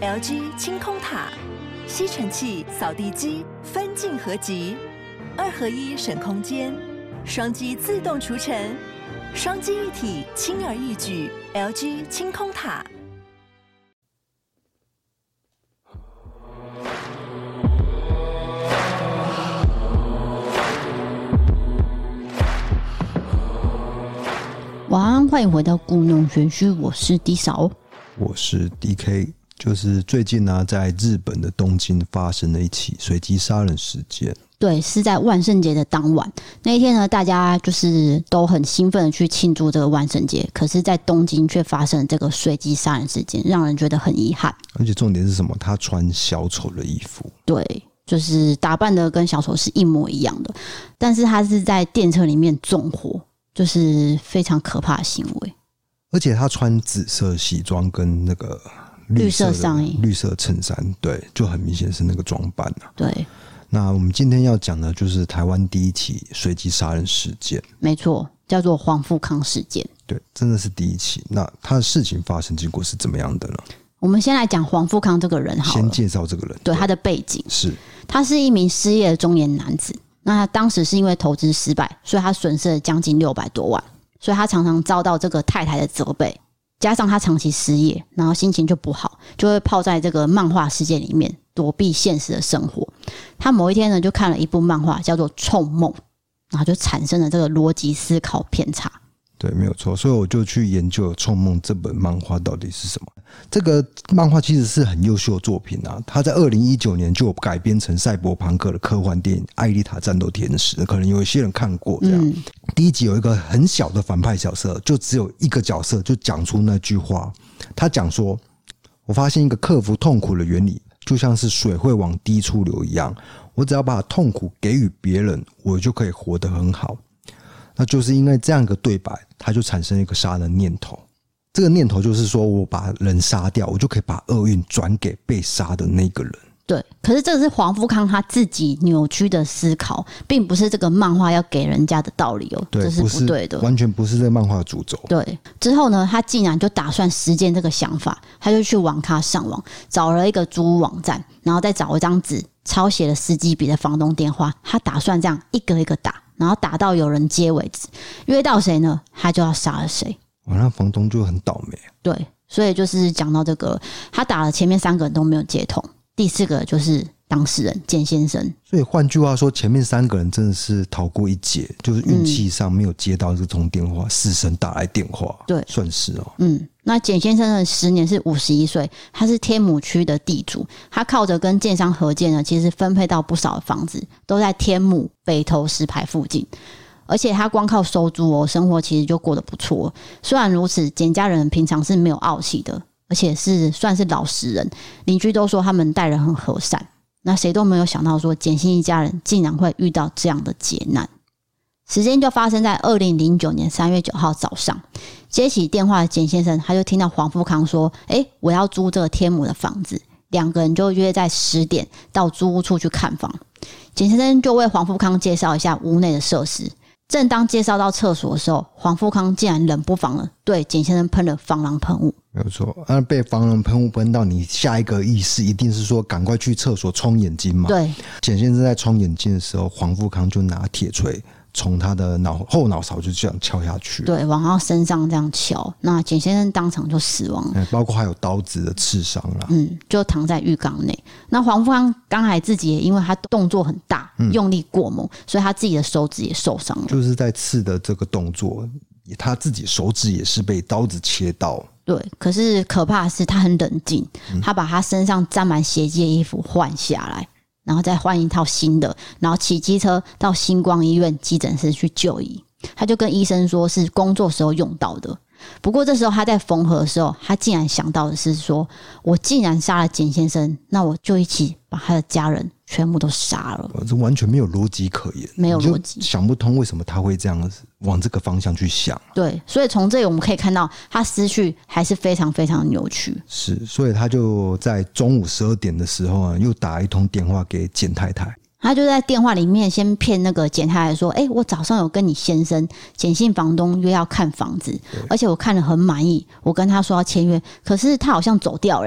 LG 清空塔，吸尘器、扫地机分镜合集，2合1省空间，双击自动除尘，双击一体轻而易举。LG 清空塔。 晚安，欢迎回到故弄玄虚，我是 D 嫂， 我是 DK。就是最近呢，在日本的东京发生了一起随机杀人事件。 对，是在万圣节的当晚。那一天呢，大家就是都很兴奋的去庆祝这个万圣节，可是在东京却发生了这个随机杀人事件，让人觉得很遗憾。 而且重点是什么？他穿小丑的衣服。 对，就是打扮的跟小丑是一模一样的，但是他是在电车里面纵火，就是非常可怕的行为。 而且他穿紫色西装跟那个绿色上衣、绿色衬衫，对，就很明显是那个装扮啊。 对。 那我们今天要讲的就是台湾第一起随机杀人事件。没错，叫做黄富康事件。 对，真的是第一起。那他的事情发生经过是怎么样的呢？ 我们先来讲黄富康这个人好了。 先介绍这个人。 对，他的背景是， 他是一名失业的中年男子。那他当时是因为投资失败，所以他损失了将近600多万，所以他常常遭到这个太太的责备。加上他长期失业，然后心情就不好，就会泡在这个漫画世界里面躲避现实的生活。他某一天呢，就看了一部漫画叫做《冲梦》，然后就产生了这个逻辑思考偏差。 对，没有错。所以我就去研究《冲梦》这本漫画到底是什么。这个漫画其实是很优秀的作品啊，它在2019年就有改编成赛博朋克的科幻电影《艾丽塔战斗天使》，可能有一些人看过这样。第一集有一个很小的反派角色，就只有一个角色就讲出那句话，他讲说：我发现一个克服痛苦的原理，就像是水会往低处流一样，我只要把痛苦给予别人，我就可以活得很好。那就是因为这样一个对白，他就产生一个杀人念头。这个念头就是说，我把人杀掉，我就可以把厄运转给被杀的那个人。 对，可是这个是黄富康他自己扭曲的思考，并不是这个漫画要给人家的道理哦， 对， 这是不对的， 完全不是这个漫画的主轴。 对，之后呢，他竟然就打算实践这个想法，他就去网咖上网，找了一个租屋网站，然后再找一张纸，抄写了10几笔的房东电话，他打算这样一个一个打，然后打到有人接为止，约到谁呢，他就要杀了谁。 哇，那房东就很倒霉。 对，所以就是讲到这个，他打了前面3个人都没有接通，第4个就是当事人简先生。 所以换句话说，前面3个人真的是逃过一劫，就是运气上没有接到这通电话，死神打来电话， 对， 算是哦。 那简先生的时年是51岁，他是天母区的地主，他靠着跟建商合建呢，其实分配到不少的房子，都在天母北投石牌附近。而且他光靠收租哦，生活其实就过得不错。虽然如此，简家人平常是没有傲气的，而且是算是老实人，邻居都说他们待人很和善。那谁都没有想到说简姓一家人竟然会遇到这样的劫难。时间就发生在2009年3月9号早上，接起电话的简先生他就听到黄富康说：我要租这个天母的房子。2个人就约在10点到租屋处去看房。简先生就为黄富康介绍一下屋内的设施。正当介绍到厕所的时候，黄富康竟然冷不防了对简先生喷了防狼喷雾。 没有错，被防狼喷雾喷到，你下一个意识一定是说赶快去厕所冲眼睛嘛。 对， 简先生在冲眼睛的时候，黄富康就拿铁锤从他的后脑勺就这样敲下去， 对，往他身上这样敲，那简先生当场就死亡了， 包括还有刀子的刺伤啦， 就躺在浴缸内。那黄富康刚才自己也因为他动作很大，用力过猛，所以他自己的手指也受伤了， 就是在刺的这个动作，他自己手指也是被刀子切到。 对，可是可怕的是他很冷静，他把他身上沾满血迹的衣服换下来，然后再换一套新的，然后骑机车到星光医院急诊室去就医。他就跟医生说是工作时候用到的。不过这时候他在缝合的时候，他竟然想到的是说，我既然杀了简先生，那我就一起把他的家人全部都杀了。 这完全没有逻辑可言， 没有逻辑， 想不通为什么他会这样子往这个方向去想。 对，所以从这里我们可以看到他思绪还是非常非常扭曲。 是，所以他就在中午12点的时候啊，又打一通电话给简太太。 他就在电话里面先骗那个简太太说，我早上有跟你先生简姓房东约要看房子，而且我看了很满意，我跟他说要签约，可是他好像走掉了。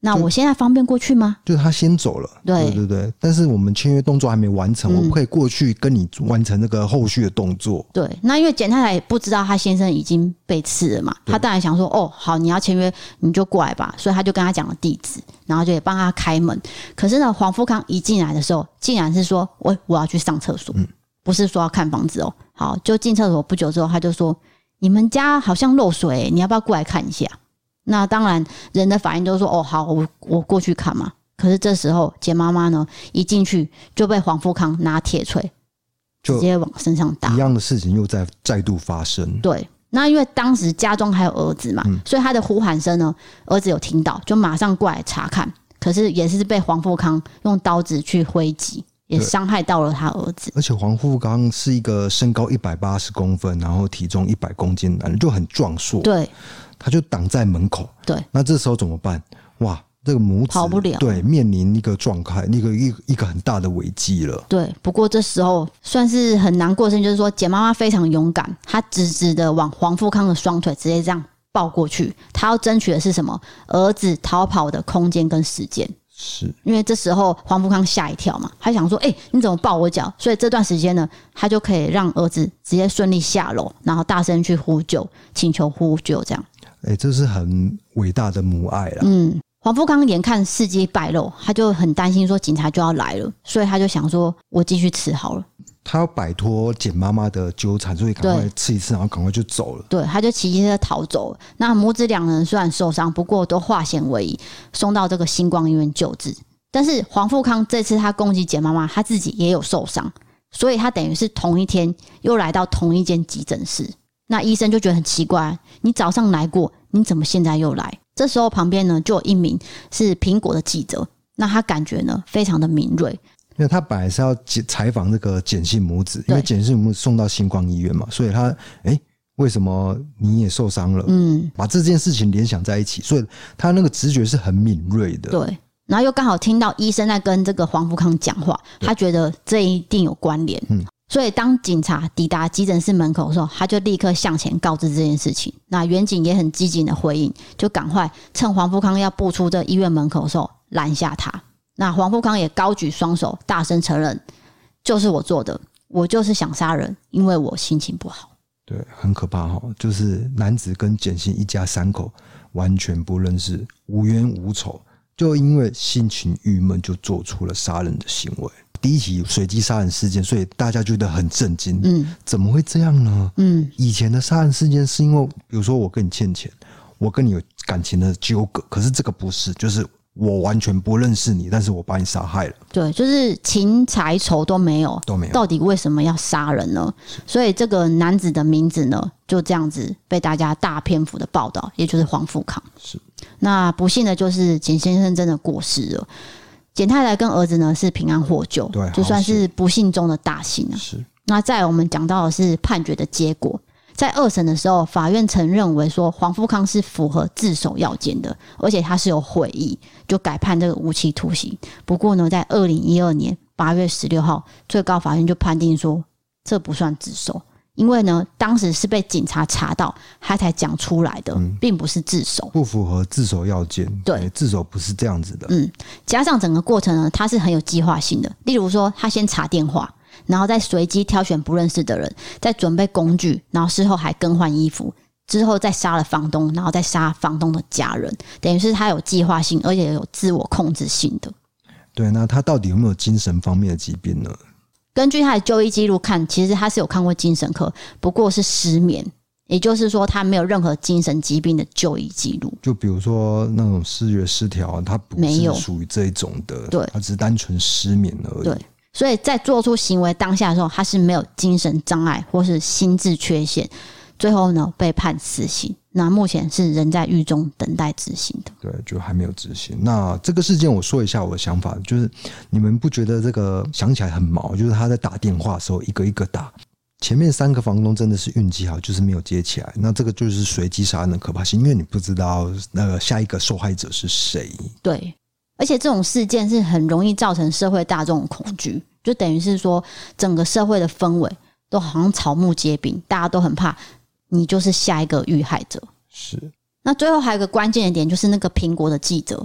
那我现在方便过去吗？ 就是他先走了，对，但是我们签约动作还没完成，我不可以过去跟你完成那个后续的动作。 对，那因为简太太也不知道他先生已经被刺了嘛，他当然想说，哦，好，你要签约你就过来吧，所以他就跟他讲了地址，然后就也帮他开门。可是呢，黄富康一进来的时候，竟然是说，我要去上厕所，不是说要看房子哦。好，就进厕所不久之后，他就说，你们家好像漏水，你要不要过来看一下？那当然，人的反应就是说：“哦，好，我过去看嘛。”可是这时候，简妈妈呢一进去就被黄富康拿铁锤直接往身上打， 一样的事情又再度发生。 对，那因为当时家中还有儿子嘛，所以他的呼喊声呢，儿子有听到，就马上过来查看。可是也是被黄富康用刀子去挥击，也伤害到了他儿子。 而且黄富康是一个身高180公分，然后体重100公斤的男人，就很壮硕。 对。 他就挡在门口， 对， 那这时候怎么办？哇，这个母子跑不了， 对，面临一个状态，一个很大的危机了。 对，不过这时候算是很难过的事情，就是说简妈妈非常勇敢，她直直的往黄富康的双腿直接这样抱过去，她要争取的是什么？儿子逃跑的空间跟时间。 是因为这时候黄富康吓一跳嘛，他想说：“你怎么抱我脚？”所以这段时间呢，他就可以让儿子直接顺利下楼，然后大声去呼救，请求呼救，这样。 这是很伟大的母爱啦。 黄富康眼看事机败露，他就很担心说警察就要来了，所以他就想说：“我继续吃好了。” 他要摆脱简妈妈的纠缠，所以赶快吃一次，然后赶快就走了。 对，他就骑机车逃走了。那母子两人虽然受伤，不过都化险为夷，送到这个星光医院救治。但是黄富康这次他攻击简妈妈，他自己也有受伤，所以他等于是同一天又来到同一间急诊室。那医生就觉得很奇怪，你早上来过，你怎么现在又来？这时候旁边呢就有一名是苹果的记者，那他感觉呢非常的敏锐， 因为他本来是要采访这个简姓母子，因为简姓母子送到星光医院嘛，所以他为什么你也受伤了？把这件事情联想在一起，所以他那个直觉是很敏锐的。 对，然后又刚好听到医生在跟这个黄富康讲话，他觉得这一定有关联。所以当警察抵达急诊室门口的时候，他就立刻向前告知这件事情。那远警也很积极的回应，就赶快趁黄富康要步出这医院门口的时候拦下他。那黄富康也高举双手，大声承认，就是我做的，我就是想杀人，因为我心情不好。 对，很可怕就是男子跟简姓一家3口完全不认识，无冤无仇，就因为心情郁闷就做出了杀人的行为。第一起随机杀人事件，所以大家觉得很震惊。怎么会这样呢？以前的杀人事件是因为，比如说我跟你欠钱，我跟你有感情的纠葛，可是这个不是，就是我完全不认识你，但是我把你杀害了。对， 就是情财仇都没有，到底为什么要杀人呢？所以这个男子的名字呢，就这样子被大家大篇幅的报道，也就是黄富康。 是， 那不幸的就是简先生真的过世了。简太太跟儿子呢是平安获救， 对， 就算是不幸中的大幸啊。 是。 那再来我们讲到的是判决的结果，在2审的时候，法院曾认为说黄富康是符合自首要件的，而且他是有悔意，就改判这个无期徒刑。不过呢，在2012年8月16号，最高法院就判定说这不算自首。因为呢，当时是被警察查到，他才讲出来的，并不是自首， 不符合自首要件。对，自首不是这样子的。 加上整个过程呢，他是很有计划性的。例如说，他先查电话，然后再随机挑选不认识的人，再准备工具，然后事后还更换衣服，之后再杀了房东，然后再杀房东的家人，等于是他有计划性，而且有自我控制性的。 对，那他到底有没有精神方面的疾病呢？ 根据他的就医记录看，其实他是有看过精神科，不过是失眠，也就是说他没有任何精神疾病的就医记录。 就比如说那种视觉失调，他不是属于这一种的，对，他只是单纯失眠而已。 对，所以在做出行为当下的时候，他是没有精神障碍或是心智缺陷。最后呢，被判死刑。那目前是人在狱中等待执行的。 对，就还没有执行。那这个事件我说一下我的想法，就是你们不觉得这个想起来很毛？就是他在打电话的时候一个一个打，前面3个房东真的是运气好，就是没有接起来。那这个就是随机杀人的可怕性，因为你不知道那个下一个受害者是谁。 对，而且这种事件是很容易造成社会大众的恐惧，就等于是说整个社会的氛围都好像草木皆兵，大家都很怕你就是下一个遇害者。 是。 那最后还有一个关键的点，就是那个苹果的记者，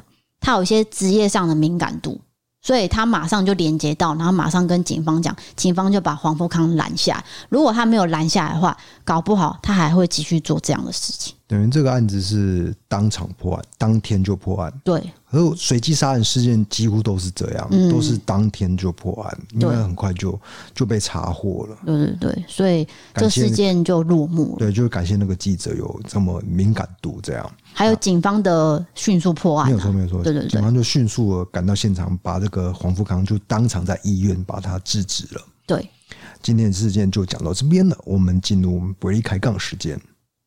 他有一些职业上的敏感度，所以他马上就连接到，然后马上跟警方讲，警方就把黄富康拦下。如果他没有拦下来的话，搞不好他还会继续做这样的事情。 等于这个案子是当场破案，当天就破案。 对， 可是随机杀人事件几乎都是这样，都是当天就破案，因为很快就被查获了。 对对对，所以这事件就落幕了。 对，就是感谢那个记者有这么敏感度，这样。 还有警方的迅速破案、 没有错没有错， 对对对， 警方就迅速的赶到现场，把这个黄富康就当场在医院把他制止了。 对， 今天的事件就讲到这边了，我们进入我们伯利开杠时间。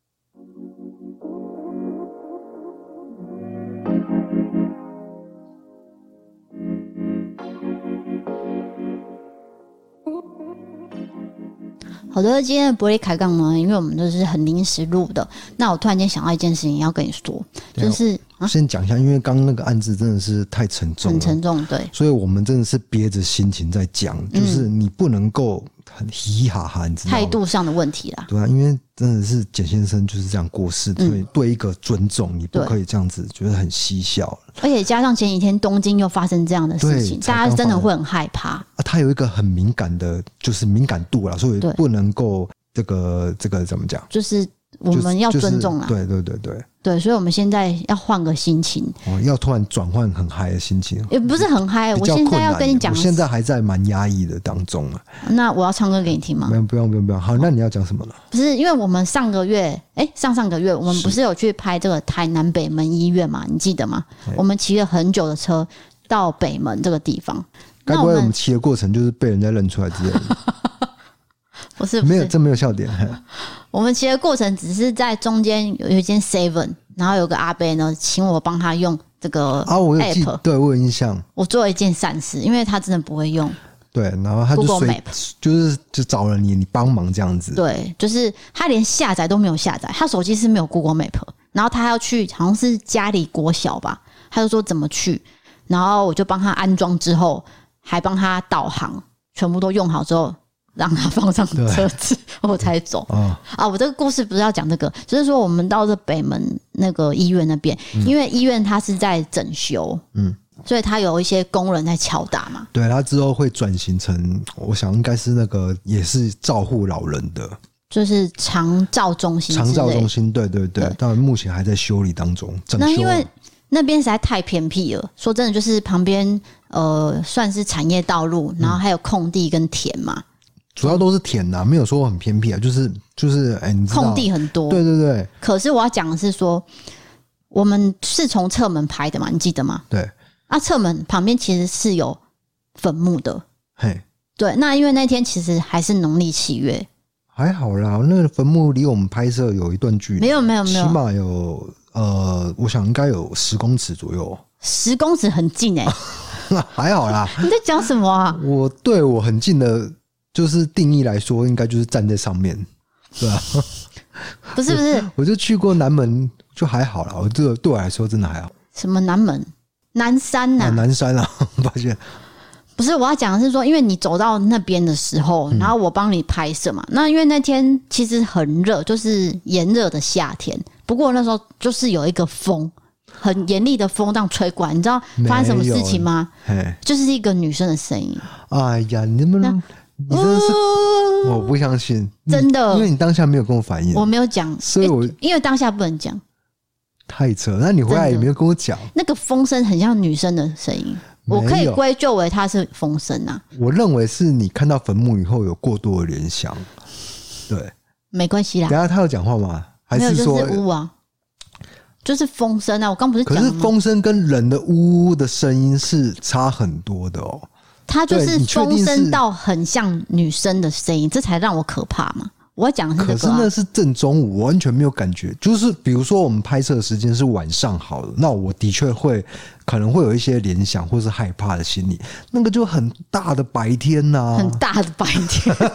好的，今天的伯利开杠呢，因为我们都是很临时录的，那我突然间想到一件事情要跟你说，就是先讲一下，因为刚刚那个案子真的是太沉重了， 很沉重，对， 所以我们真的是憋着心情在讲，就是你不能够很嘻嘻哈哈，你知道吗？ 态度上的问题啦。 对啊，因为真的是简先生就是这样过世，所以对一个尊重，你不可以这样子，觉得很嬉笑。 而且加上前几天东京又发生这样的事情，大家真的会很害怕啊。 他有一个很敏感的，就是敏感度啦，所以不能够这个怎么讲？ 就是我们要尊重啦。 对对对对。 对，所以我们现在要换个心情， 要突然转换很嗨的心情， 也不是很嗨。我现在要跟你讲， 我现在还在蛮压抑的当中啊。 那我要唱歌给你听吗？ 不用。好，那你要讲什么呢？ 不是，因为我们上个月，上个月我们不是有去拍这个台南北门医院嘛？你记得吗？我们骑了很久的车到北门这个地方， 该不会我们骑的过程就是被人家认出来之类的？ 不是， 没有，这没有笑点。 我们骑的过程只是在中间有一间 Seven， 然后有个阿伯呢，请我帮他用这个 App， 对我有印象。 我做了一件善事，因为他真的不会用。 对，然后他就 Google Map， 就找了你帮忙这样子。 对，就是他连下载都没有下载，他手机是没有 Google Map， 然后他要去好像是嘉里国小吧，他就说怎么去，然后我就帮他安装之后，还帮他导航，全部都用好之后。让他放上车子，我才走。我这个故事不是要讲这个，就是说我们到这北门那个医院那边，因为医院它是在整修，所以它有一些工人在敲打嘛。 对，它之后会转型成，我想应该是那个也是照护老人的， 就是长照中心。 长照中心，对，但目前还在修理当中。整修。 那因为那边实在太偏僻了，说真的，就是旁边算是产业道路，然后还有空地跟田嘛。 主要都是田呐，没有说很偏僻啊，就是你知道空地很多， 对。 可是我要讲的是说，我们是从侧门拍的嘛，你记得吗？ 对。 侧门旁边其实是有坟墓的， 嘿， 对。那因为那天其实还是农历7月， 还好啦，那个坟墓离我们拍摄有一段距离， 没有， 起码有我想应该有10公尺左右 ，10公尺很近还好啦。 你在讲什么啊？ 对我很近的。就是定义来说，应该就是站在上面，对吧？ 不是， 我就去过南门，就还好啦。这个对我来说真的还好。 什么南门？南山呐？ 南山啊，抱歉。 不是，我要讲的是说，因为你走到那边的时候，然后我帮你拍摄嘛。那因为那天其实很热，就是炎热的夏天。不过那时候就是有一个风，很严厉的风这样吹过来，你知道发生什么事情吗？就是一个女生的声音。 哎呀，你真的是，我不相信， 真的， 因为你当下没有跟我反应， 我没有讲， 所以因为当下不能讲， 太扯。那你回来也没有跟我讲， 那个风声很像女生的声音，我可以归咎为它是风声啊。 我认为是你看到坟墓以后有过多的联想，对， 没关系啦。 等一下他有讲话吗？还是说没有，就是呜啊，就是风声啊。我刚不是讲了吗？ 可是风声跟人的呜呜的声音是差很多的哦。 它就是风声到很像女生的声音，这才让我可怕嘛。我要讲的是这个， 可是那是正中午，我完全没有感觉。就是比如说我们拍摄的时间是晚上好了，那我的确可能会有一些联想或是害怕的心理。那个就很大的白天呐， 很大的白天。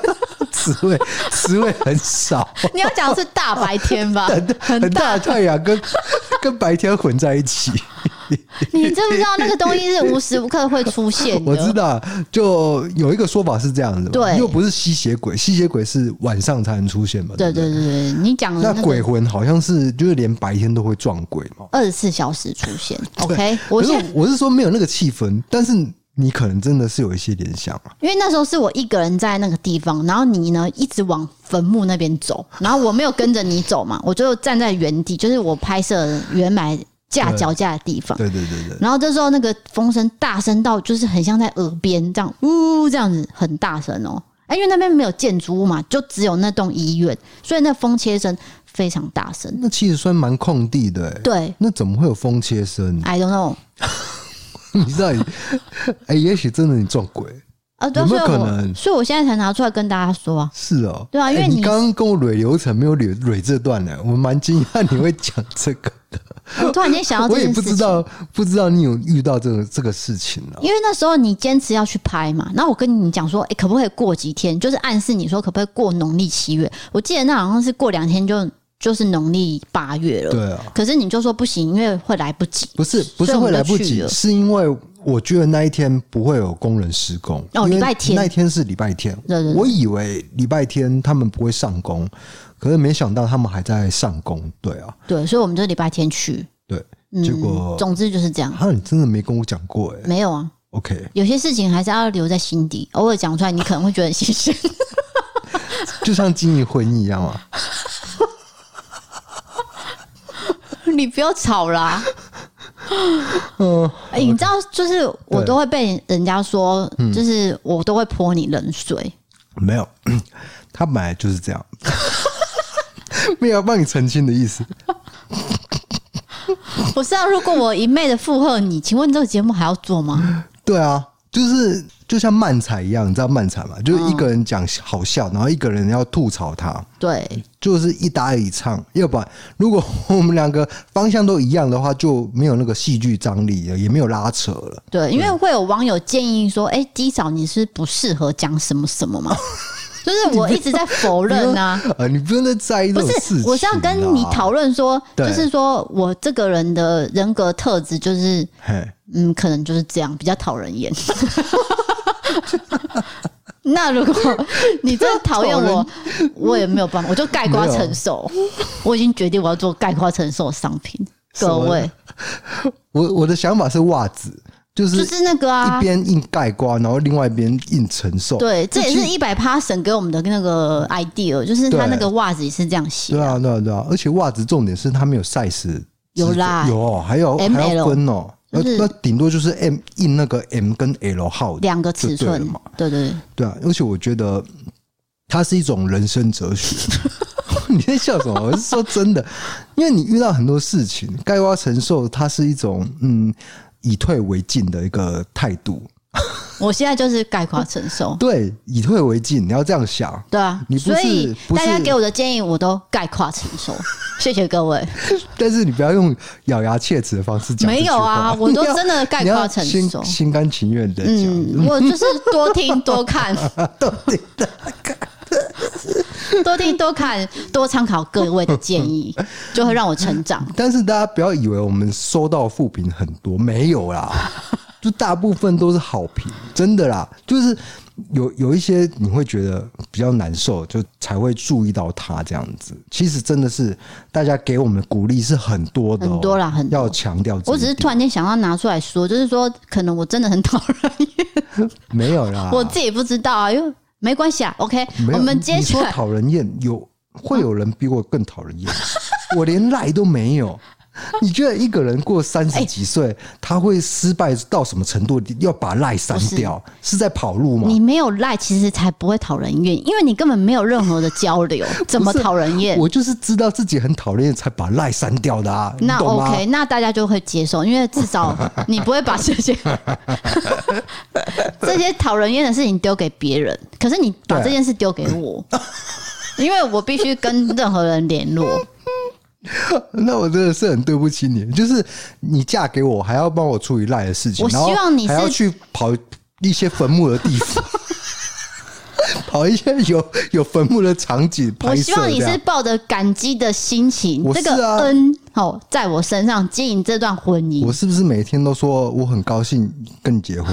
词汇很少。 你要讲的是大白天吧？ 很大的太阳跟白天混在一起。 你知不知道那个东西是无时无刻会出现的？ 我知道，就有一个说法是这样的， 对， 又不是吸血鬼，吸血鬼是晚上才能出现嘛。 对对对对，你讲的那鬼魂好像是就是连白天都会撞鬼嘛 ，24小时出现。OK， 我是说没有那个气氛，但是你可能真的是有一些联想啊。 因为那时候是我一个人在那个地方，然后你呢一直往坟墓那边走，然后我没有跟着你走嘛，我就站在原地，就是我拍摄原来架脚架的地方。 对对对对。 然后这时候那个风声大声到就是很像在耳边这样，呜这样子很大声哦。因为那边没有建筑物嘛，就只有那栋医院，所以那风切声非常大声。 那其实算蛮空地的对， 那怎么会有风切声 ？I don't know 你知道也许真的你撞鬼对， 有没有可能？ 所以我现在才拿出来跟大家说啊。 是哦， 对啊，因为你刚刚跟我捋流程没有捋这段呢，我蛮惊讶你会讲这个的。 我突然间想到这件事情， 我也不知道你有遇到这个事情啊。 因为那时候你坚持要去拍嘛，然后我跟你讲说，可不可以过几天，就是暗示你说可不可以过农历7月？我记得那好像是过2天就是农历8月了。 对啊， 可是你就说不行，因为会来不及。 不是会来不及，是因为我觉得那一天不会有工人施工。 礼拜天， 那一天是礼拜天。 对对对， 我以为礼拜天他们不会上工，可是没想到他们还在上工。对啊， 对，所以我们就礼拜天去。 对，结果总之就是这样。 你真的没跟我讲过没有啊。 OK， 有些事情还是要留在心底，偶尔讲出来，你可能会觉得很新鲜。 就像经营婚姻一样嘛。 你不要吵啦。你知道，就是我都会被人家说，就是我都会泼你冷水。 没有，他本来就是这样，没有要帮你澄清的意思。 不是啊，如果我一昧的附和你，请问这个节目还要做吗？ 对啊，就像漫才一样，你知道漫才吗？就是一个人讲好笑，然后一个人要吐槽他。 对， 就是一搭一唱。要不然，如果我们两个方向都一样的话，就没有那个戏剧张力了，也没有拉扯了。 对，因为会有网友建议说：“低嫂，你是不适合讲什么什么吗？”就是我一直在否认啊。 你不用再在意这种事情。 我是要跟你讨论说，就是说我这个人的人格特质就是，可能就是这样，比较讨人厌。那如果你真的讨厌我，我也没有办法，我就概括承受。我已经决定我要做概括承受的商品。各位， 我的想法是袜子。就是那个啊， 一边印盖瓜，然后另外一边印承受。 对，这也是100%省给我们的那个 idea， 就是他那个袜子也是这样写。 对啊，对啊，对啊，而且袜子重点是它没有 size， 有啦， 有还要分哦。那顶多就是 M 印那个 M 跟 L 号 2个尺寸嘛。对对对啊，而且我觉得它是一种人生哲学。你在笑什么？我是说真的，因为你遇到很多事情，盖瓜承受，它是一种以退为进的一个态度。 我现在就是概括承受。 对，以退为进，你要这样想。 对啊，所以大家给我的建议我都概括承受。谢谢各位。 但是你不要用咬牙切齿的方式讲。 没有啊，我都真的概括承受， 心甘情愿的讲。 我就是多听多看， 多听多看。 多听多看多参考各位的建议，就会让我成长。 但是大家不要以为我们收到负评很多，没有啦，就大部分都是好评，真的啦。就是有一些你会觉得比较难受，就才会注意到他这样子。其实真的是大家给我们的鼓励是很多的很多啦，很多要强调。 我只是突然间想要拿出来说，就是说可能我真的很讨人厌。 没有啦， 我自己不知道啊，因为。没关系啊 ，OK， 我们接下来。 你说讨人厌，会有人比我更讨人厌？我连赖都没有。你觉得一个人过30几岁，他会失败到什么程度？要把赖删掉，是在跑路吗？ 你没有赖，其实才不会讨人厌，因为你根本没有任何的交流，怎么讨人厌？ 我就是知道自己很讨厌，才把赖删掉的啊。 那 OK， 那大家就会接受，因为至少你不会把这些讨人厌的事情丢给别人，可是你把这件事丢给我，因为我必须跟任何人联络。 那我真的是很对不起你，就是你嫁给我还要帮我处理赖的事情， 我希望你是还要去跑一些坟墓的地方。 跑一些有坟墓的场景拍摄。 我希望你是抱着感激的心情， 我是啊这个恩在我身上经营这段婚姻。 我是不是每天都说我很高兴跟你结婚？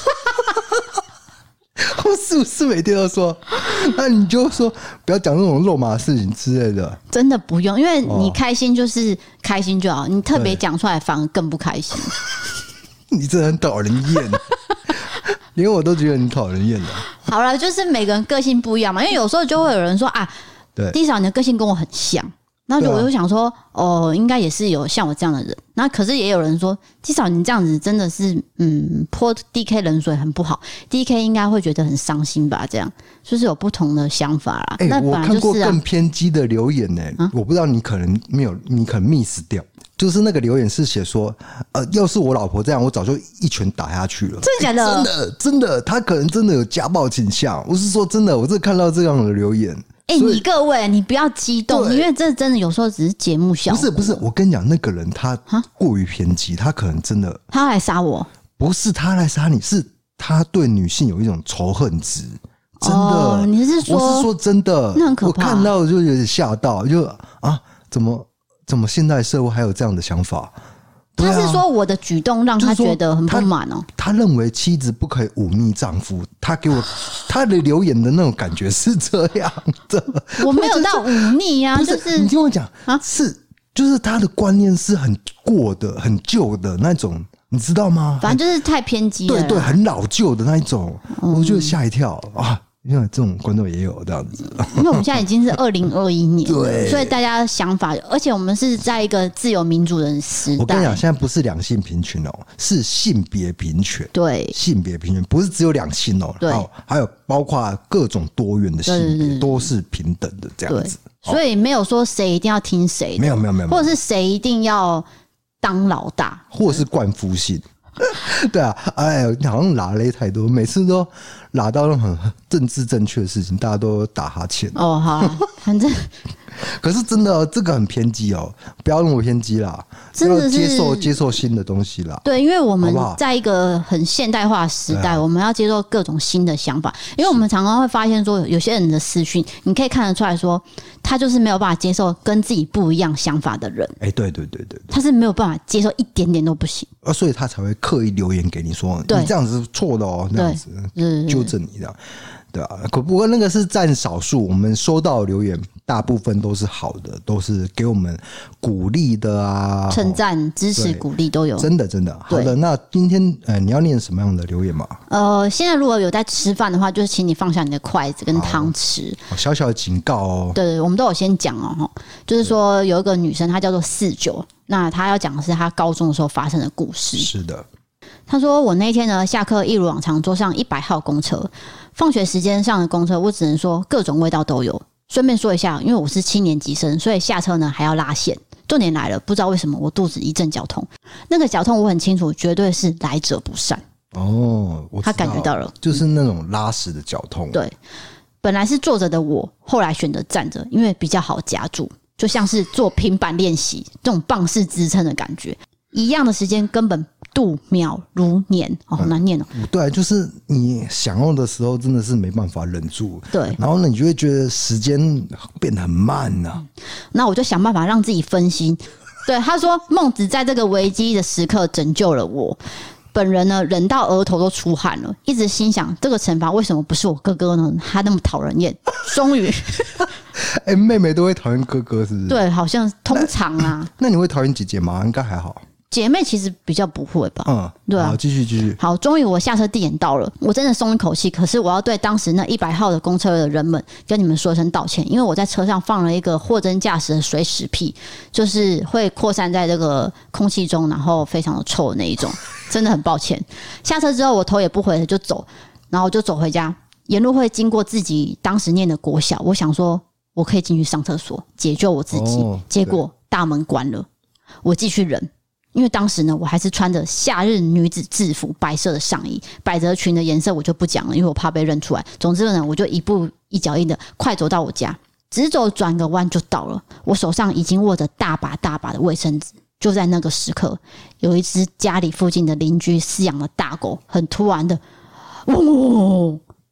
我是不是每天都说？那你就说不要讲那种肉麻的事情之类的。 真的不用，因为你开心就是开心就好，你特别讲出来反而更不开心。 你真的很讨人厌，连我都觉得你讨人厌的。 好了，就是每个人个性不一样嘛，因为有时候就会有人说啊， 对， 至少你的个性跟我很像。那我就想说，应该也是有像我这样的人。那可是也有人说，至少你这样子真的是，泼 DK 冷水很不好。DK 应该会觉得很伤心吧？这样就是有不同的想法啦。那我本来就是看过更偏激的留言呢、我不知道你可能没有，你可能 miss 掉。就是那个留言是写说，要是我老婆这样，我早就一拳打下去了。 真的假的？ 真的，他可能真的有家暴倾向。我是说真的，我真的看到这样的留言。 你各位，你不要激动，因为这真的有时候只是节目效果。 不是，我跟你讲，那个人他过于偏激，他可能真的他来杀我， 不是他来杀你，是他对女性有一种仇恨值。真的， 你是说？ 我是说真的， 那很可怕。 我看到就有点吓到，就怎么现代社会还有这样的想法？ 他是说我的举动让他觉得很不满哦。 他认为妻子不可以忤逆丈夫，他给我他的留言的那种感觉是这样的。 我没有到忤逆啊，就是你听我讲就是他的观念是很过的、很旧的那种，你知道吗？ 反正就是太偏激了， 对，很老旧的那一种，我就吓一跳啊！因为这种观众也有这样子， 因为我们现在已经是2021年， 对， 所以大家想法，而且我们是在一个自由民主的时代。 我跟你讲，现在不是两性平权哦，是性别平权。 对， 性别平权不是只有两性哦， 对， 还有包括各种多元的性别都是平等的这样子。 所以没有说谁一定要听谁的， 没有， 或者是谁一定要当老大， 或者是灌夫性。对啊，好像拉勒太多，每次都拉到那种很政治正确的事情，大家都打哈欠。 好，反正可是真的这个很偏激哦，不要那么偏激啦， 真的是要接受新的东西啦。 对，因为我们在一个很现代化的时代，我们要接受各种新的想法。因为我们常常会发现说，有些人的私讯，你可以看得出来说，他就是没有办法接受跟自己不一样想法的人。 对， 他是没有办法接受一点点都不行， 所以他才会刻意留言给你说，你这样子是错的哦，这样子纠正你这样。对啊，不过那个是占少数，我们收到的留言大部分都是好的，都是给我们鼓励的啊， 称赞、支持、鼓励都有。 真的好的。那今天你要念什么样的留言吗？ 现在如果有在吃饭的话，就是请你放下你的筷子跟汤匙。 小小的警告哦。 对，我们都有先讲哦，就是说有一个女生，她叫做49，那她要讲的是她高中的时候发生的故事。 是的。 他说：“我那一天呢，下课一如往常坐上100号公车，放学时间上的公车，我只能说各种味道都有。顺便说一下，因为我是7年级生，所以下车呢还要拉线。重点来了，不知道为什么我肚子一阵绞痛，那个绞痛我很清楚，绝对是来者不善。他感觉到了， 就是那种拉屎的绞痛。 对，本来是坐着的我，后来选择站着，因为比较好夹住，就像是做平板练习这种棒式支撑的感觉。一样的时间根本度秒如年，好难念哦。 对，就是你想要的时候，真的是没办法忍住。 对， 然后呢，你就会觉得时间变得很慢啊。 那我就想办法让自己分心。对，他说孟子在这个危机的时刻拯救了我。本人呢，忍到额头都出汗了，一直心想这个惩罚为什么不是我哥哥呢？他那么讨人厌。终于， 妹妹都会讨厌哥哥，是不是？ 对，好像通常啊。 那你会讨厌姐姐吗？应该还好。 姐妹其实比较不会吧，对啊。 好，继续。 好，终于我下车地点到了，我真的松一口气。可是我要对当时那100号的公车的人们跟你们说声道歉，因为我在车上放了一个货真价实的水屎屁，就是会扩散在这个空气中，然后非常的臭的那一种，真的很抱歉。下车之后，我头也不回的就走，然后我就走回家，沿路会经过自己当时念的国小，我想说我可以进去上厕所解救我自己，结果大门关了，我继续忍。因为当时呢，我还是穿着夏日女子制服，白色的上衣，百褶裙的颜色我就不讲了，因为我怕被认出来。总之呢，我就一步一脚印的快走到我家，直走转个弯就到了。我手上已经握着大把大把的卫生纸。就在那个时刻，有一只家里附近的邻居饲养的大狗，很突然的，嗡，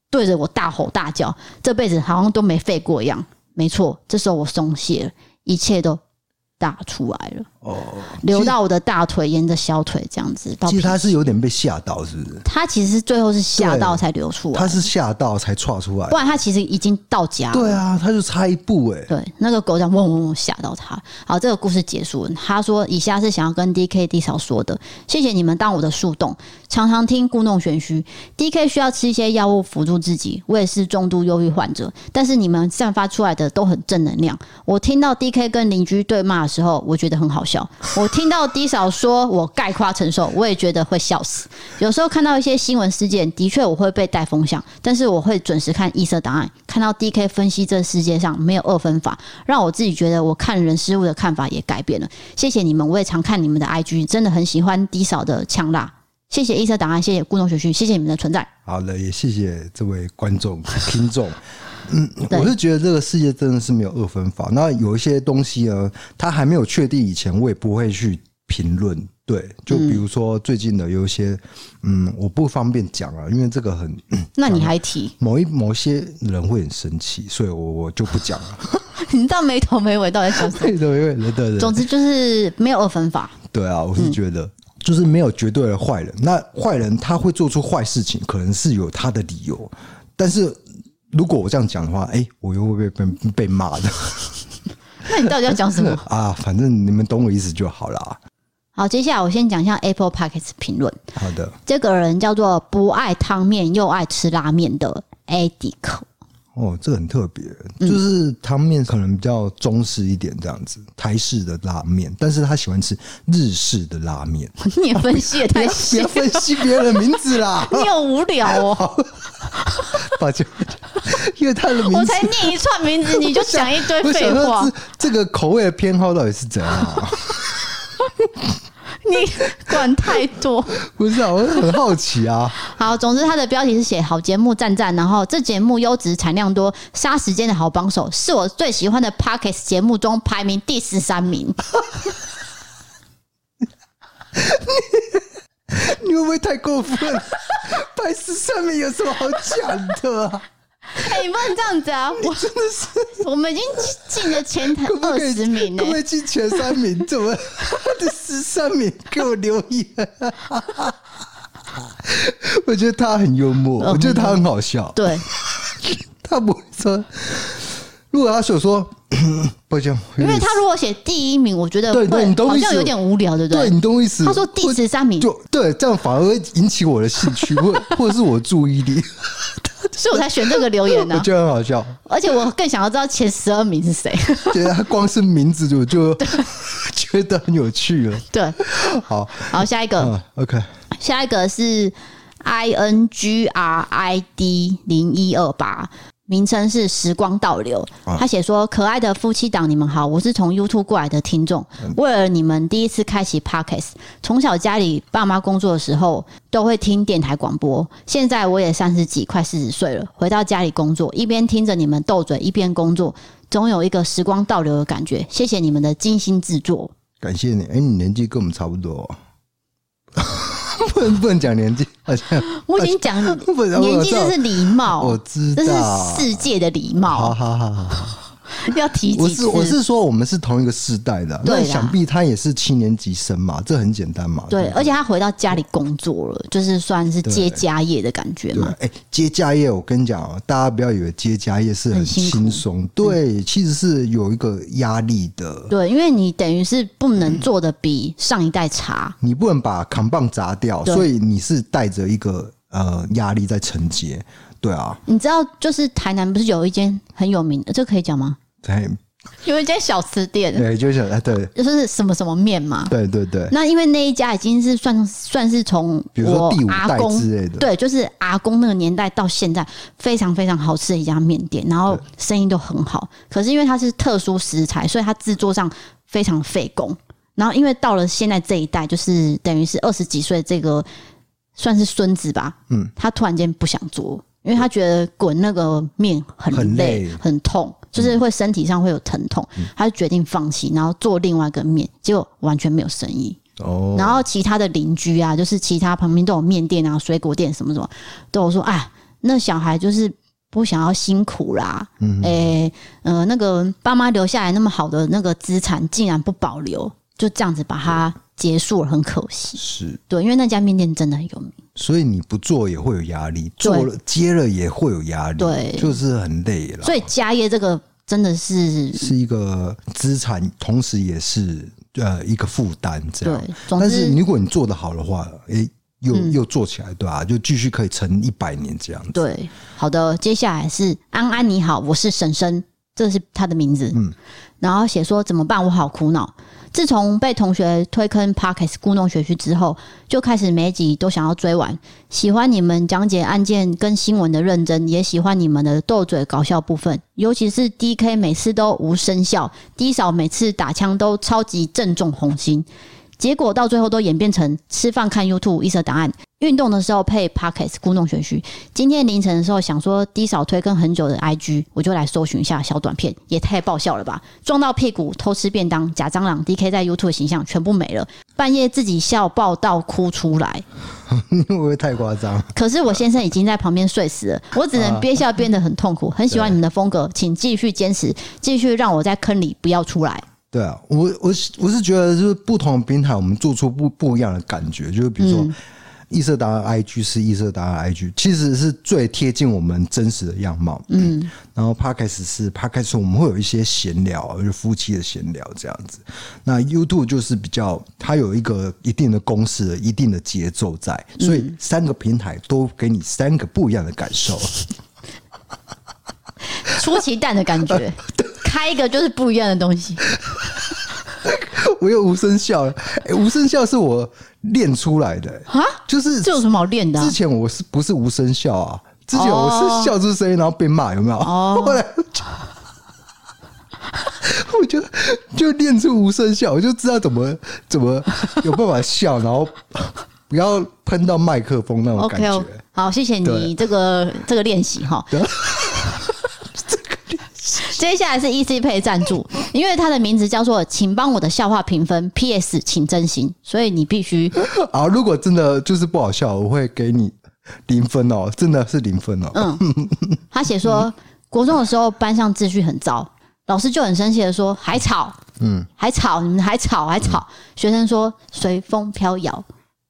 对着我大吼大叫，这辈子好像都没废过一样。没错，这时候我松懈了，一切都大出来了，流到我的大腿，沿着小腿这样子。 其实他是有点被吓到，是不是？ 他其实最后是吓到才流出来， 他是吓到才窜出来， 不然他其实已经到家了。 对啊，他就差一步对，那个狗这样嗡嗡嗡吓到他。好，这个故事结束了。他说以下是想要跟 DK 弟嫂说的：谢谢你们当我的树洞，常常听故弄玄虚。DK 需要吃一些药物辅助自己，我也是重度忧郁患者，但是你们散发出来的都很正能量。我听到 DK 跟邻居对骂的时候，我觉得很好笑。我听到 D 嫂说我概括承受，我也觉得会笑死。有时候看到一些新闻事件，的确我会被带风向，但是我会准时看异色档案，看到 DK 分析这世界上没有二分法，让我自己觉得我看人事物的看法也改变了。谢谢你们，我也常看你们的 IG， 真的很喜欢 D 嫂的呛辣。谢谢异色档案，谢谢故弄玄虚，谢谢你们的存在。 好了，也谢谢这位观众听众。我是觉得这个世界真的是没有二分法。那有一些东西呢，它还没有确定以前，我也不会去评论。对，就比如说最近的有一些，我不方便讲啊，因为这个很。 那你还提某些人会很生气，所以我就不讲了。 你知道没头没尾到底讲什么？ 没头没尾的，对。 总之就是没有二分法。 对啊，我是觉得。就是没有绝对的坏人，那坏人他会做出坏事情，可能是有他的理由。但是如果我这样讲的话，我又会被骂的。 那你到底要讲什么啊？反正你们懂我意思就好啦。 好，接下来我先讲一下 Apple Podcast 评论。 好的， 这个人叫做不爱汤面又爱吃拉面的 Edic。 这很特别，就是汤面可能比较中式一点这样子，台式的拉面，但是他喜欢吃日式的拉面。 你也分析也太细， 不要分析别人的名字啦， 你好无聊哦。 抱歉，因为他的名字， 我才念一串名字你就讲一堆废话， 这个口味的偏好到底是怎样啊？ 你管太多。 不是啊，我很好奇啊。 好，总之他的标题是写好节目赞赞，然后这节目优质产量多，杀时间的好帮手，是我最喜欢的 Podcast 节目中排名第13名。 你会不会太过分？排13名有什么好讲的啊？ 你不能这样子啊！ 真的是， 我们已经进了前20名了， 可不可以进前3名？怎么这13名给我留言？我觉得他很幽默，我觉得他很好笑。 对， 他不会说，如果他说。抱歉， 因为他如果写第1名，我觉得对，你懂好像有点无聊，对不对？ 对，你懂我意思。 他说第13名， 就对，这样反而会引起我的兴趣，或者是我注意力， 所以我才选这个留言呢。 我觉得很好笑， 而且我更想要知道前12名是谁。 觉得他光是名字就觉得很有趣了。 对，好，下一个 ，OK， 下一个是 INGRID0128。名称是时光倒流，他写说：可爱的夫妻档，你们好，我是从 YouTube 过来的听众，为了你们第一次开启 Podcast， 从小家里爸妈工作的时候都会听电台广播，现在我也30几快40岁了，回到家里工作，一边听着你们斗嘴，一边工作，总有一个时光倒流的感觉，谢谢你们的精心制作。 感谢你，你年纪跟我们差不多。不能讲年纪，好像我已经讲年纪，这是礼貌， 我知道， 这是世界的礼貌。 好， 要提几次？ 我是说，我们是同一个世代的，那想必他也是7年级生嘛，这很简单嘛。 对，而且他回到家里工作了，就是算是接家业的感觉嘛。 接家业，我跟你讲，大家不要以为接家业是很轻松，对，其实是有一个压力的。对， 因为你等于是不能做的比上一代差， 你不能把扛棒砸掉，所以你是带着一个压力在承接。对啊， 你知道，就是台南不是有一间很有名的，这可以讲吗？有一间小吃店， 对， 就是什么什么面嘛， 对。 那因为那一家已经是算是从比如说第5代之类的， 对，就是阿公那个年代到现在非常非常好吃的一家面店，然后生意都很好。可是因为它是特殊食材，所以它制作上非常费工。然后因为到了现在这一代，就是等于是20几岁这个算是孙子吧，他突然间不想做。因为他觉得滚那个面很累很痛，就是会身体上会有疼痛，他就决定放弃，然后做另外一个面，结果完全没有生意。然后其他的邻居啊，就是其他旁边都有面店啊、水果店什么什么，都有说：“哎， 那小孩就是不想要辛苦啦，那个爸妈留下来那么好的那个资产竟然不保留，就这样子把它结束了，很可惜。 是， 对，因为那家面店真的很有名， 所以你不做也会有压力，做了接了也会有压力， 对， 就是很累了。 所以家业这个真的是一个资产，同时也是一个负担，这样。 对， 但是如果你做得好的话，又做起来，对吧？就继续可以撑100年这样子。 对，好的，接下来是安安你好，我是婶婶，这是他的名字。然后写说怎么办，我好苦恼。自从被同学推坑 Podcast 故弄玄虚之后，就开始每一集都想要追完。喜欢你们讲解案件跟新闻的认真，也喜欢你们的斗嘴搞笑部分，尤其是 DK 每次都无声笑，低嫂每次打枪都超级正中红心。结果到最后都演变成吃饭看 YouTube 异色档案，运动的时候配 Podcast 故弄玄虚。今天凌晨的时候想说低嫂推坑很久的 IG， 我就来搜寻一下小短片，也太爆笑了吧！撞到屁股、偷吃便当、假蟑螂、DK 在 YouTube 的形象全部没了，半夜自己笑爆到哭出来。 会不会太夸张？ 可是我先生已经在旁边睡死了，我只能憋笑憋得很痛苦。很喜欢你们的风格，请继续坚持，继续让我在坑里不要出来。 对啊，我是觉得就是不同的平台，我们做出不一样的感觉，就是比如说异色达人 IG 是异色达人 IG， 其实是最贴近我们真实的样貌。然后 Podcast 是 Podcast， 我们会有一些闲聊，就是夫妻的闲聊这样子。那 YouTube 就是比较，它有一个一定的公式、一定的节奏在，所以3个平台都给你3个不一样的感受。 出奇蛋的感觉，开一个就是不一样的东西。 我有无声笑了，无声笑是我练出来的啊，就是这有什么好练的？ 之前我不是无声笑啊？之前我是笑出声音，然后被骂，有没有？后来我就练出无声笑，我就知道怎么有办法笑，然后不要喷到麦克风那种感觉。 Okay, 好，谢谢你这个练习哈。接下来是 EC Pay 赞助，因为他的名字叫做请帮我的笑话评分 PS 请真心，所以你必须啊，如果真的就是不好笑，我会给你0分哦，真的是0分哦。 他写说国中的时候班上秩序很糟，老师就很生气的说还吵，还吵，你们还吵。学生说随风飘摇。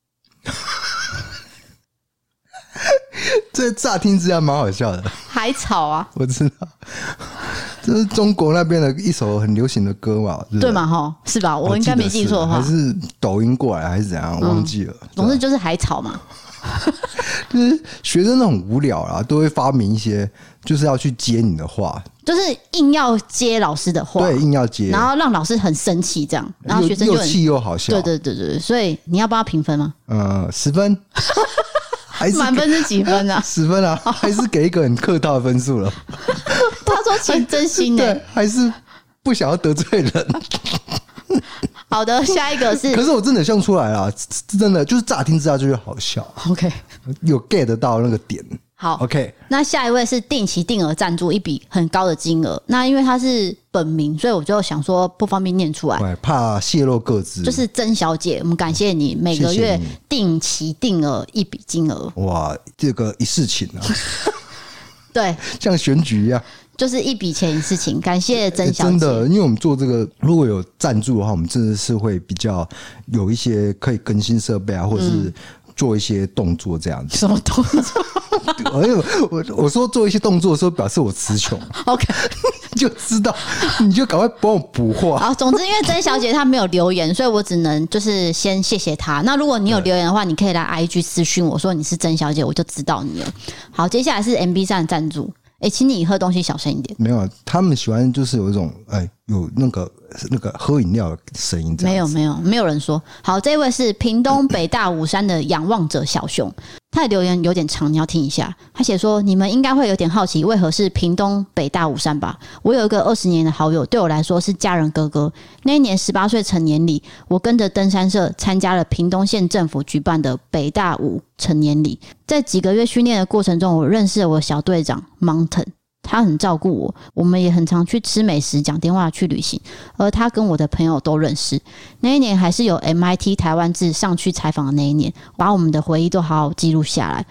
这乍听之下蛮好笑的， 还吵啊！ 我知道，这是中国那边的一首很流行的歌嘛， 对嘛？哈，是吧？我应该没记错的话， 还是抖音过来还是怎样？忘记了。 总之就是还吵嘛。 就是学生都很无聊啦，都会发明一些，就是要去接你的话， 就是硬要接老师的话， 对，硬要接， 然后让老师很生气，这样，然后学生就又气又好笑。 对，所以你要帮他评分吗 ？10分。 满分是几分啊 ？10分啊，还是给一个很客套的分数了。 他说请真心的， 对，还是不想要得罪人。 好的，下一个是， 可是我真的笑出来了，真的就是乍听之下就是好笑。 OK， 有 get 到那个点。 好 ，OK。 那下一位是定期定额赞助一笔很高的金额，那因为他是本名，所以我就想说不方便念出来， 怕泄露个资。 就是曾小姐，我们感谢你每个月定期定额一笔金额。 哇，这个一事情啊， 对， 像选举一样。 就是一笔钱一事情，感谢曾小姐。 真的，因为我们做这个，如果有赞助的话，我们真的是会比较有一些可以更新设备啊，或者是做一些动作这样子。 什么动作？ 我说做一些动作的时候，表示我词穷。 OK， 就知道，你就赶快帮我补话。 好，总之因为曾小姐她没有留言，所以我只能就是先谢谢她。那如果你有留言的话，你可以来 IG 私讯我说你是曾小姐，我就知道你了。好，接下来是 MB 站赞助。请你喝东西小声一点。没有，他们喜欢就是有一种有那个喝饮料的声音。 没有人说。好，这位是屏东北大武山的仰望者小熊，他的留言有点长，你要听一下。他写说：你们应该会有点好奇，为何是屏东北大武山吧？我有一个20年的好友，对我来说是家人哥哥。那一年18岁成年礼，我跟着登山社参加了屏东县政府举办的北大武成年礼。在几个月训练的过程中，我认识了我小队长 Mountain。他很照顾我，我们也很常去吃美食，讲电话去旅行，而他跟我的朋友都认识。那一年还是有 MIT 台湾志上去采访的那一年，把我们的回忆都好好记录下来。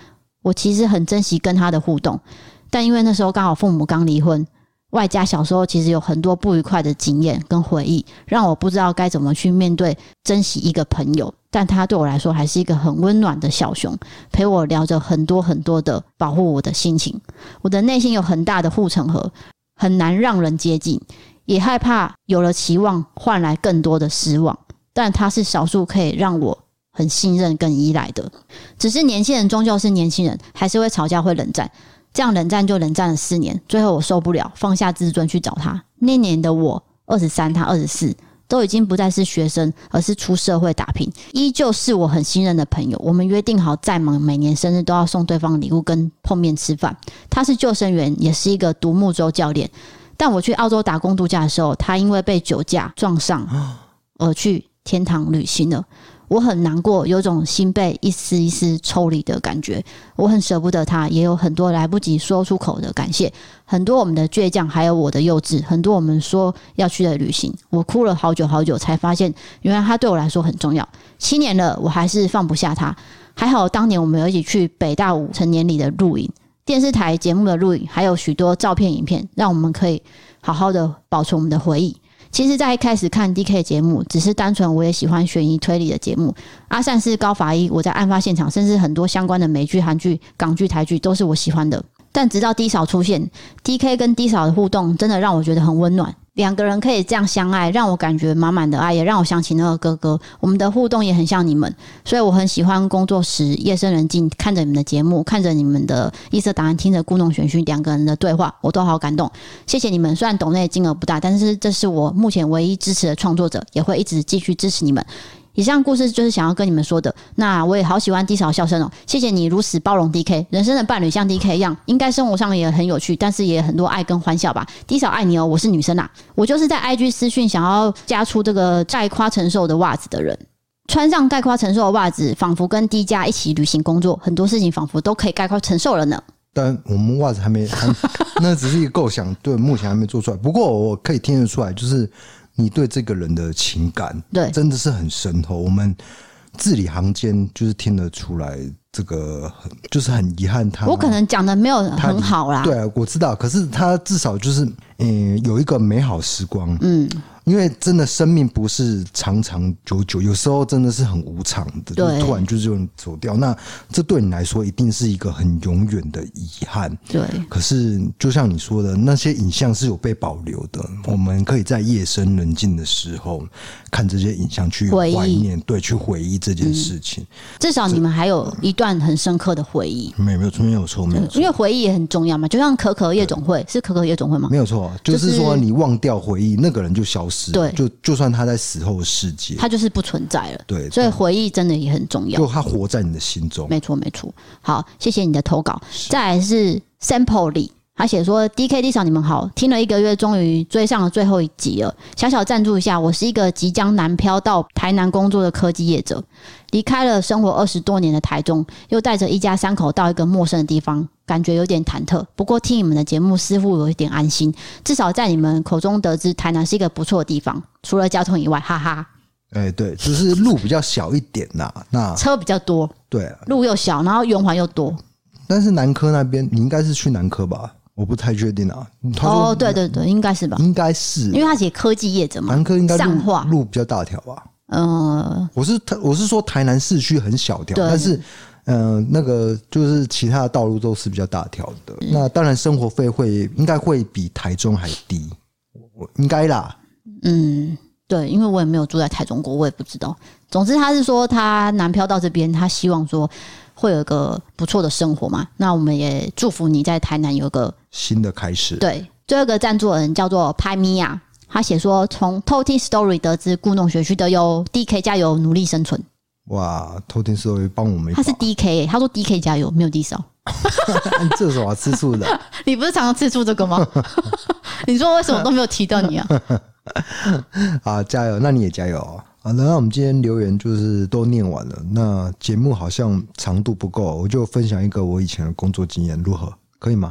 我其实很珍惜跟他的互动，但因为那时候刚好父母刚离婚，外加小时候其实有很多不愉快的经验跟回忆，让我不知道该怎么去面对珍惜一个朋友，但他对我来说还是一个很温暖的小熊，陪我聊着很多很多的保护我的心情。我的内心有很大的护城河，很难让人接近，也害怕有了期望换来更多的失望，但他是少数可以让我很信任跟依赖的。只是年轻人终究是年轻人，还是会吵架会冷战，这样冷战就冷战了4年，最后我受不了，放下自尊去找他。那年的我23，他24，都已经不再是学生，而是出社会打拼，依旧是我很信任的朋友。我们约定好再忙每年生日都要送对方礼物跟碰面吃饭。他是救生员，也是一个独木舟教练，但我去澳洲打工度假的时候，他因为被酒驾撞上而去天堂旅行了。我很难过，有种心被一丝一丝抽离的感觉。我很舍不得他，也有很多来不及说出口的感谢，很多我们的倔强，还有我的幼稚，很多我们说要去的旅行。我哭了好久好久，才发现原来他对我来说很重要。7年了，我还是放不下他。还好当年我们有一起去北大5成年礼的录影，电视台节目的录影，还有许多照片影片，让我们可以好好的保存我们的回忆。其实在一开始看 DK 节目只是单纯我也喜欢悬疑推理的节目，阿善是高法医，我在案发现场，甚至很多相关的美剧、韩剧、港剧、台剧都是我喜欢的。但直到 D 嫂出现， DK 跟 D 嫂的互动真的让我觉得很温暖，两个人可以这样相爱，让我感觉满满的爱，也让我想起那个哥哥。我们的互动也很像你们，所以我很喜欢工作时夜深人静看着你们的节目，看着你们的异色档案，听着故弄玄虚两个人的对话，我都好感动。谢谢你们，虽然抖内金额不大，但是这是我目前唯一支持的创作者，也会一直继续支持你们。以上故事就是想要跟你们说的，那我也好喜欢 D 嫂笑声哦，谢谢你如此包容 DK， 人生的伴侣像 DK 一样，应该生活上也很有趣，但是也很多爱跟欢笑吧。D 嫂爱你哦，我是女生啊，我就是在 IG 私讯想要加出这个概括承受的袜子的人，穿上概括承受的袜子，仿佛跟 D 家一起旅行工作，很多事情仿佛都可以概括承受了呢。 但我们袜子还没那只是一个构想，对，目前还没做出来。不过我可以听得出来，就是你对这个人的情感， 对， 真的是很深厚。我们字里行间就是听得出来，这个就是很遗憾他。 我可能讲的没有很好啦， 对啊，我知道。可是他至少就是有一个美好时光，因为真的生命不是长长久久，有时候真的是很无常的，就突然就走掉。那这对你来说一定是一个很永远的遗憾。 对。 可是就像你说的，那些影像是有被保留的，我们可以在夜深人静的时候看这些影像去怀念，对，去回忆这件事情。 至少你们还有一段很深刻的回忆。 没有错， 因为回忆也很重要嘛。就像可可夜总会，是可可夜总会吗？ 没有错，就是说你忘掉回忆，那个人就消失。 对， 就算他在死后的世界， 他就是不存在了。 对， 所以回忆真的也很重要。 就他活在你的心中。 没错。好，谢谢你的投稿。再来是 Sample 里，他写说 DK 嫂你们好，听了1个月，终于追上了最后一集了。小小赞助一下，我是一个即将南漂到台南工作的科技业者，离开了生活20多年的台中，又带着一家3口到一个陌生的地方，感觉有点忐忑。不过听你们的节目似乎有一点安心，至少在你们口中得知台南是一个不错的地方，除了交通以外，哈哈。 对，就是路比较小一点啦，那车比较多， 对， 路又小，然后圆环又多。 但是南科那边，你应该是去南科吧？我不太确定啊。 哦，对，应该是吧？ 应该是， 因为他写科技业者嘛， 南科应该上化路比较大条吧？我是说台南市区很小条，但是那个就是其他的道路都是比较大条的。那当然生活费应该会比台中还低，应该啦。 对，因为我也没有住在台中过，我也不知道。总之他是说他南漂到这边，他希望说会有一个不错的生活嘛。那我们也祝福你在台南有个新的开始。 对，最后一个赞助人叫做派米亚，他写说从偷听 story 得知故弄玄虚的哟 ，DK 加油，努力生存。 哇，偷听 story 帮我们一把。 他是 DK， 他说 DK 加油，没有 D 嫂。 你这什么吃醋的？ 你不是常常吃醋这个吗？你说为什么都没有提到你啊？ 啊，加油！那你也加油哦。好，那我们今天留言就是都念完了。那节目好像长度不够，我就分享一个我以前的工作经验，如何？可以吗？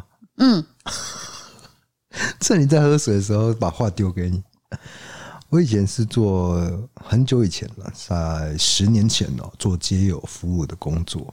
趁你在喝水的时候，把话丢给你。我以前是做很久以前了，在10年前做街友服务的工作。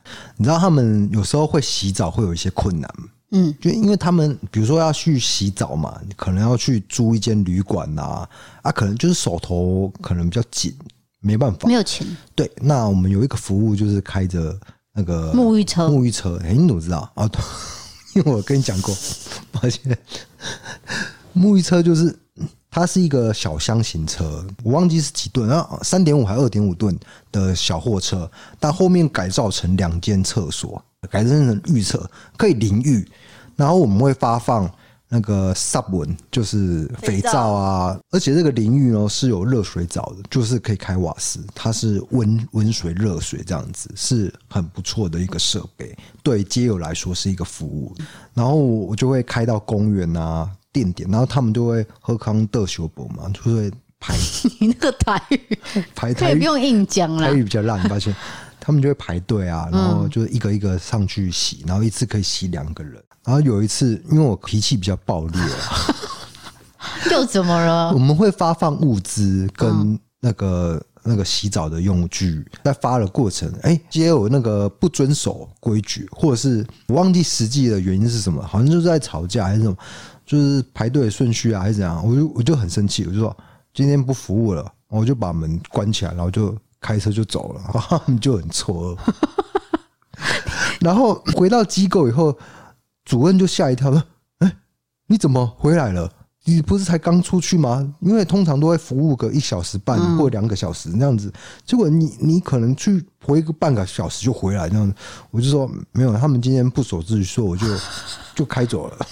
你知道他们有时候会洗澡会有一些困难，就因为他们比如说要去洗澡嘛，你可能要去租一间旅馆可能就是手头可能比较紧，没办法， 没有钱。 对，那我们有一个服务就是开着那个沐浴车， 你怎么知道啊？因为我跟你讲过，抱歉，沐浴车就是它是一个小厢型车，我忘记是几吨，然后3.5还2.5吨的小货车，但后面改造成2间厕所，改造成浴厕，可以淋浴，然后我们会发放那个 Sabun 就是肥皂啊，而且这个淋浴呢是有热水澡的，就是可以开瓦斯，它是温水热水这样子，是很不错的一个设备，对街友来说是一个服务。然后我就会开到公园啊店点，然后他们就会喝康德修博嘛，就会排你那个台语可以不用硬讲啦， 台语比较烂，你发现他们就会排队啊，然后就一个一个上去洗，然后一次可以洗2个人。然后有一次，因为我脾气比较暴烈又怎么了？ 我们会发放物资跟那个洗澡的用具，在发的过程，街友那个不遵守规矩，或者是我忘记实际的原因是什么，好像就是在吵架还是什么，就是排队顺序啊还是怎样，我就很生气，我就说今天不服务了，我就把门关起来，然后就开车就走了，然后他们就很错愕。然后回到机构以后，主任就吓一跳说：“你怎么回来了？你不是才刚出去吗？因为通常都会服务个1小时半或2个小时那样子，结果你可能去回个半个小时就回来这样子。”我就说没有，他们今天不守秩序，所以我就开走了。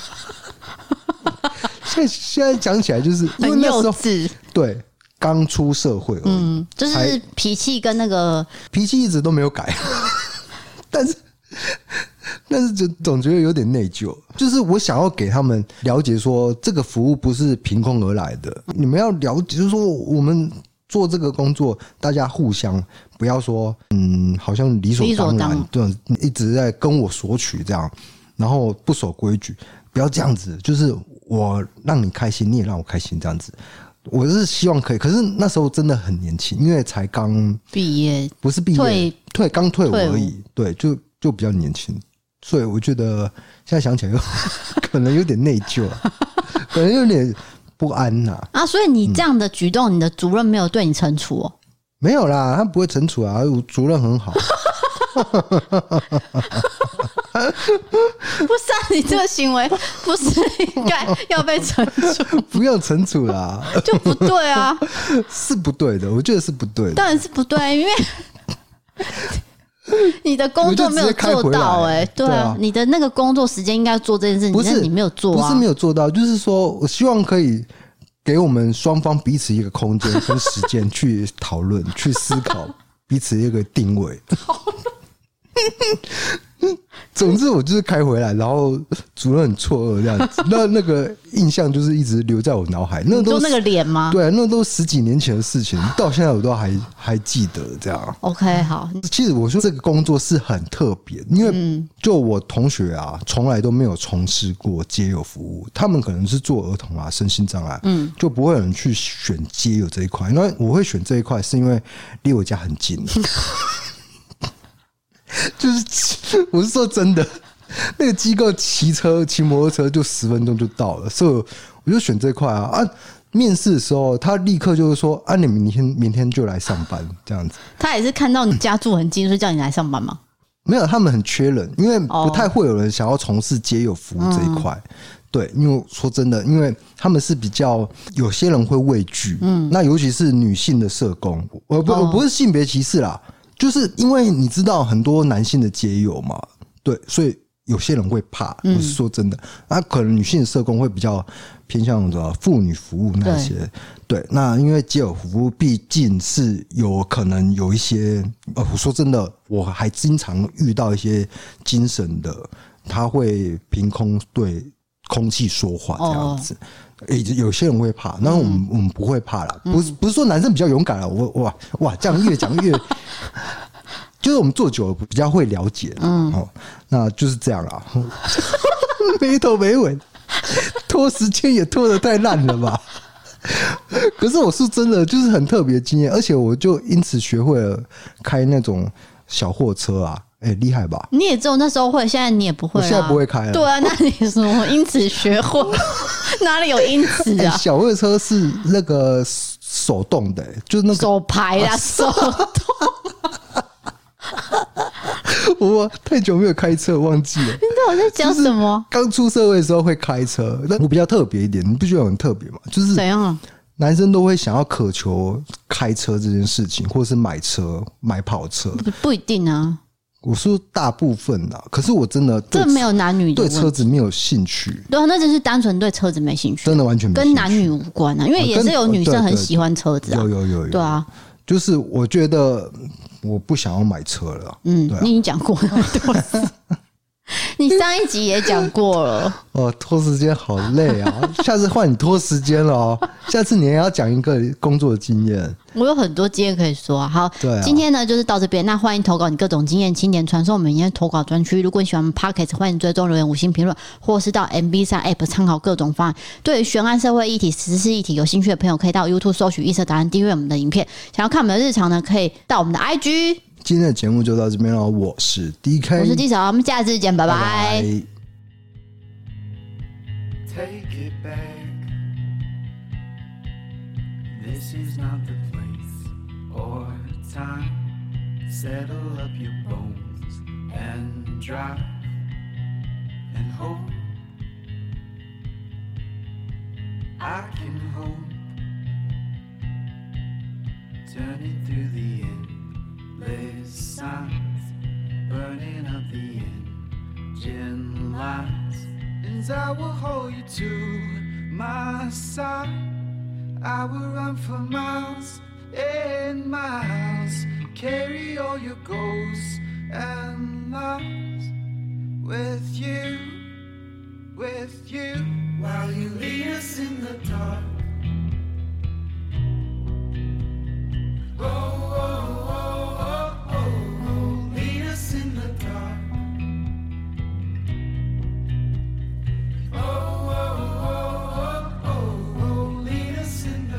现在讲起来就是因为那时候很幼稚， 对，刚出社会而已， 就是脾气跟那个脾气一直都没有改，但是就总觉得有点内疚，就是我想要给他们了解说，这个服务不是凭空而来的，你们要了解，就是说我们做这个工作，大家互相不要说好像理所当然，对，一直在跟我索取这样，然后不守规矩，不要这样子，就是我让你开心，你也让我开心这样子。我是希望可以，可是那时候真的很年轻，因为才刚毕业， 不是毕业，刚退伍而已，对，就比较年轻，所以我觉得现在想起来可能有点内疚，可能有点不安呐。 所以你这样的举动，你的主任没有对你惩处哦？ 没有啦，他不会惩处啊，主任很好。 不是啊，你这个行为不是应该要被惩处？ 不用惩处啦， 就不对啊， 是不对的，我觉得是不对的， 当然是不对，因为你的工作没有做到对啊，你的那个工作时间应该做这件事， 不是你没有做啊， 不是没有做到，就是说我希望可以给我们双方彼此一个空间跟时间去讨论、去思考彼此一个定位。总之我就是开回来，然后主任很错愕这样子，那个印象就是一直留在我脑海。那都那个脸吗？ 对，那都10几年前的事情，到现在我都还记得这样。 OK， 好。 其实我说这个工作是很特别，因为就我同学啊，从来都没有从事过街友服务，他们可能是做儿童啊、身心障碍，就不会有人去选街友这一块。那我会选这一块，是因为离我家很近。就是我是说真的，那个机构骑摩托车就10分钟就到了，所以我就选这块啊。面试的时候他立刻就是说你明天就来上班这样子。他也是看到你家住很近，所以叫你来上班吗？ 没有，他们很缺人，因为不太会有人想要从事街友服务这一块。对，因为说真的，因为他们是比较有些人会畏惧，那尤其是女性的社工，我不是性别歧视啦。就是因为你知道很多男性的街友嘛，对，所以有些人会怕。我是说真的，可能女性的社工会比较偏向妇女服务那些。对，那因为街友服务毕竟是有可能有一些，我说真的，我还经常遇到一些精神的，他会凭空对空气说话这样子。有些人会怕，那我们不会怕啦，不是说男生比较勇敢啦，哇，这样越讲越，就是我们做久了比较会了解，那就是这样啦，没头没尾，拖时间也拖得太烂了吧？可是我是真的就是很特别的经验，而且我就因此学会了开那种小货车啊，厉害吧？ 你也只有那时候会，现在你也不会啦。 我现在不会开了。 对啊，那你什么因此学会？哪里有因此啊？ 小货车是那个手动的，就是那个手排啦，手动。 我太久没有开车，忘记了。 你知道我在讲什么？ 刚出社会的时候会开车，但我比较特别一点，你不觉得我很特别吗？就是怎样啊？ 男生都会想要渴求开车这件事情，或是买车、买跑车。 不一定啊。 我说大部分啊，可是我真的这没有男女的对车子没有兴趣。 对啊，那就是单纯对车子没兴趣， 真的完全没兴趣， 跟男女无关啊。因为也是有女生很喜欢车子啊。 有。 对啊， 就是我觉得我不想要买车了。 嗯，你已经讲过了，对。你上一集也讲过了。 哦，拖时间好累啊！下次换你拖时间了哦。下次你也要讲一个工作的经验。 我有很多经验可以说啊。好， 对啊， 今天呢就是到这边。那欢迎投稿你各种经验，青年传送我们今天投稿专区。如果你喜欢我们 Podcast， 欢迎追踪留言、5星评论，或是到 MB3 App 参考各种方案。对于悬案、社会议题、时事议题有兴趣的朋友，可以到 YouTube 搜取异色答案，订阅我们的影片。想要看我们的日常呢，可以到我们的 IG。 今天的节目就到这边了，我是 DK， 我是 D 嫂，我们下次见，拜拜。 Take it back. This is not the place or time. Settle up your bones and drive and hope. I can hope. Turning through the endless signs, burning up the engine lights. And I will hold you to my side. I will run for miles and miles, carry all your goals and lies with you, while you lead us in the dark. Oh, oh, oh, oh, oh, oh, lead us in the dark. Oh, oh, oh, oh, oh, oh, lead us in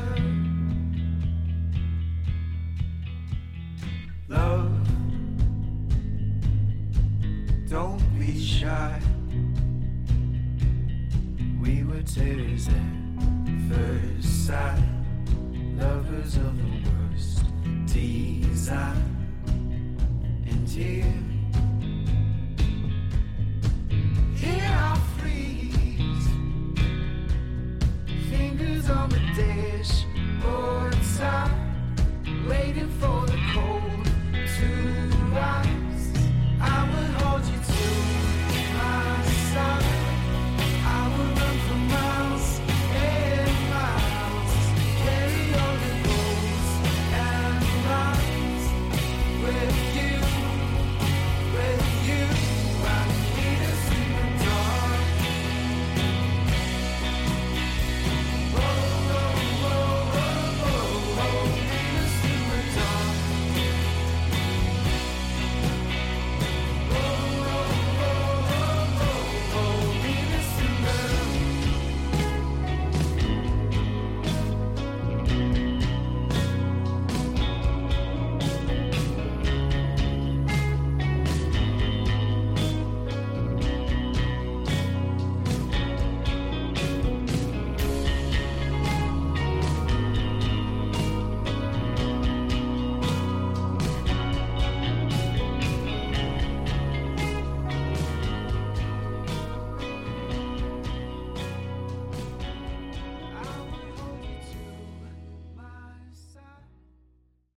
the love. Don't be shy. We were tears at first sight, lovers of the worst design, and tears